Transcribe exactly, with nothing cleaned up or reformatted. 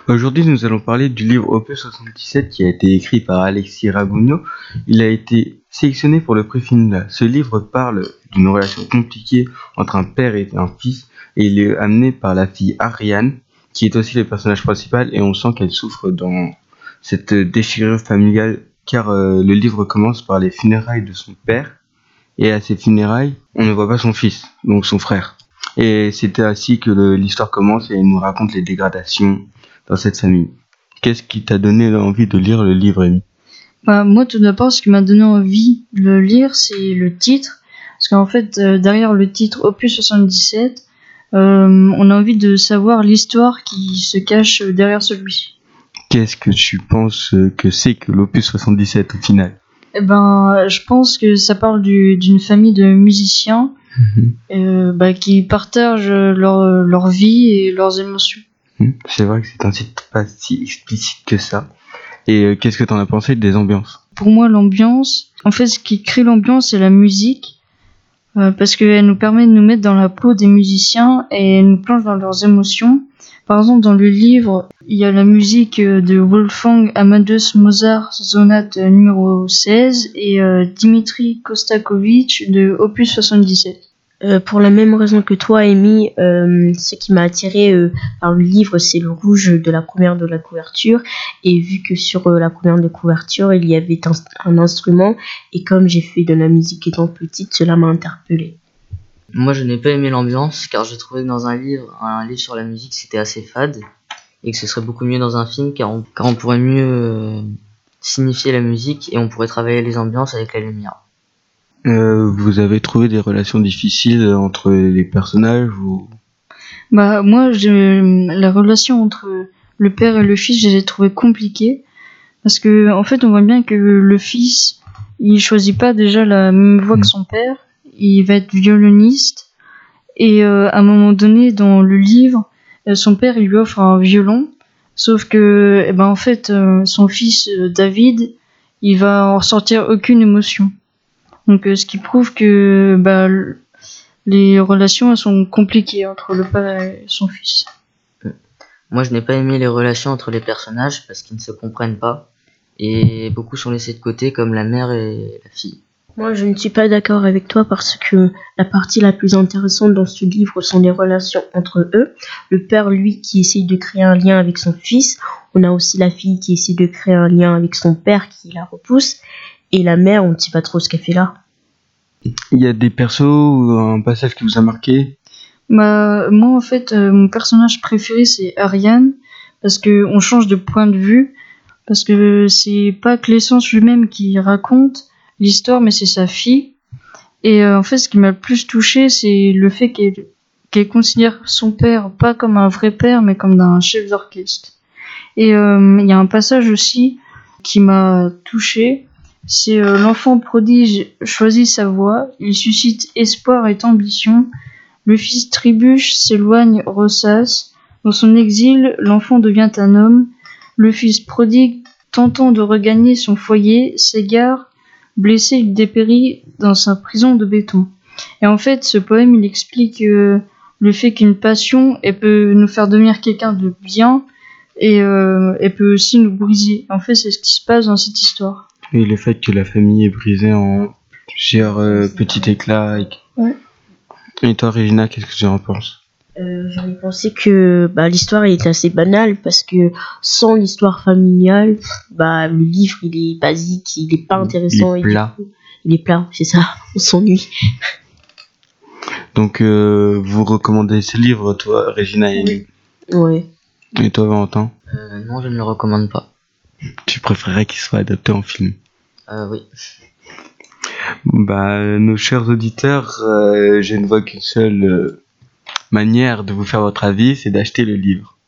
Aujourd'hui, nous allons parler du livre Opus soixante-dix-sept qui a été écrit par Alexis Ragougno. Il a été sélectionné pour le prix Finda. Ce livre parle d'une relation compliquée entre un père et un fils et il est amené par la fille Ariane qui est aussi le personnage principal et on sent qu'elle souffre dans cette déchirure familiale car euh, le livre commence par les funérailles de son père et à ces funérailles, on ne voit pas son fils, donc son frère. Et c'est ainsi que le- l'histoire commence et elle nous raconte les dégradations dans cette famille. Qu'est-ce qui t'a donné l'envie de lire le livre, Amy? Bah, moi, tout d'abord, ce qui m'a donné envie de le lire, c'est le titre. Parce qu'en fait, euh, derrière le titre Opus soixante-dix-sept, euh, on a envie de savoir l'histoire qui se cache derrière celui-ci. Qu'est-ce que tu penses euh, que c'est que l'Opus soixante-dix-sept au final? Eh ben, je pense que ça parle du- d'une famille de musiciens euh, bah, qui partagent leur, leur vie et leurs émotions. Hmm, C'est vrai que c'est un titre pas si explicite que ça. Et euh, qu'est-ce que t'en as pensé des ambiances? Pour moi, l'ambiance, en fait, ce qui crée l'ambiance, c'est la musique. Euh, parce qu'elle nous permet de nous mettre dans la peau des musiciens et elle nous plonge dans leurs émotions. Par exemple, dans le livre, il y a la musique euh, de Wolfgang Amadeus Mozart, sonate numéro seize, et euh, Dimitri Kostakovich de Opus soixante-dix-sept. Euh, pour la même raison que toi, Amy, euh, ce qui m'a attiré euh, par le livre, c'est le rouge de la première de la couverture. Et vu que sur euh, la première de couverture, il y avait un, un instrument, et comme j'ai fait de la musique étant petite, cela m'a interpellée. Moi, je n'ai pas aimé l'ambiance car je trouvais que dans un livre, un livre sur la musique, c'était assez fade et que ce serait beaucoup mieux dans un film car on, car on pourrait mieux euh, signifier la musique et on pourrait travailler les ambiances avec la lumière. Euh, vous avez trouvé des relations difficiles entre les personnages ou... Bah, moi, je, la relation entre le père et le fils, je l'ai trouvé compliquée. Parce que, en fait, on voit bien que le fils, il choisit pas déjà la même voie que son père. Il va être violoniste. Et euh, à un moment donné, dans le livre, euh, son père, il lui offre un violon. Sauf que, eh ben, en fait, euh, son fils, euh, David, il va en ressortir aucune émotion. Donc, euh, ce qui prouve que bah, l- les relations elles sont compliquées entre le père et son fils. Moi, je n'ai pas aimé les relations entre les personnages parce qu'ils ne se comprennent pas et beaucoup sont laissés de côté comme la mère et la fille. Moi, je ne suis pas d'accord avec toi parce que la partie la plus intéressante dans ce livre sont les relations entre eux. Le père, lui, qui essaye de créer un lien avec son fils. On a aussi la fille qui essaie de créer un lien avec son père qui la repousse. Et la mère, on ne sait pas trop ce qu'elle fait là. Il y a des persos ou un passage qui vous a marqué? Bah, moi, en fait, euh, mon personnage préféré, c'est Ariane. Parce que on change de point de vue. Parce que c'est pas Clésence lui-même qui raconte l'histoire, mais c'est sa fille. Et euh, en fait, ce qui m'a le plus touché, c'est le fait qu'elle qu'elle considère son père pas comme un vrai père, mais comme un chef d'orchestre. Et euh, il y a un passage aussi qui m'a touché. C'est euh, l'enfant prodige choisit sa voie, il suscite espoir et ambition. Le fils trébuche, s'éloigne, ressasse. Dans son exil, l'enfant devient un homme. Le fils prodigue, tentant de regagner son foyer, s'égare. Blessé, il dépérit dans sa prison de béton. Et en fait, ce poème, il explique euh, le fait qu'une passion, elle peut nous faire devenir quelqu'un de bien et euh, elle peut aussi nous briser. En fait, c'est ce qui se passe dans cette histoire. Et le fait que la famille est brisée en plusieurs euh, petits éclats. Et... Ouais. Et toi, Regina, qu'est-ce que tu en penses? Euh, J'en ai pensé que bah, l'histoire est assez banale parce que sans l'histoire familiale, bah, le livre il est basique, il est pas intéressant. Il est et du plat. coup, il est plat, c'est ça, on s'ennuie. Donc, euh, vous recommandez ce livre, toi, Regina et Amy? Ouais. Et toi, Valentin? Euh, non, je ne le recommande pas. Tu préférerais qu'il soit adapté en film? Euh, oui. Bah, nos chers auditeurs, euh, je ne vois qu'une seule euh, manière de vous faire votre avis, c'est d'acheter le livre.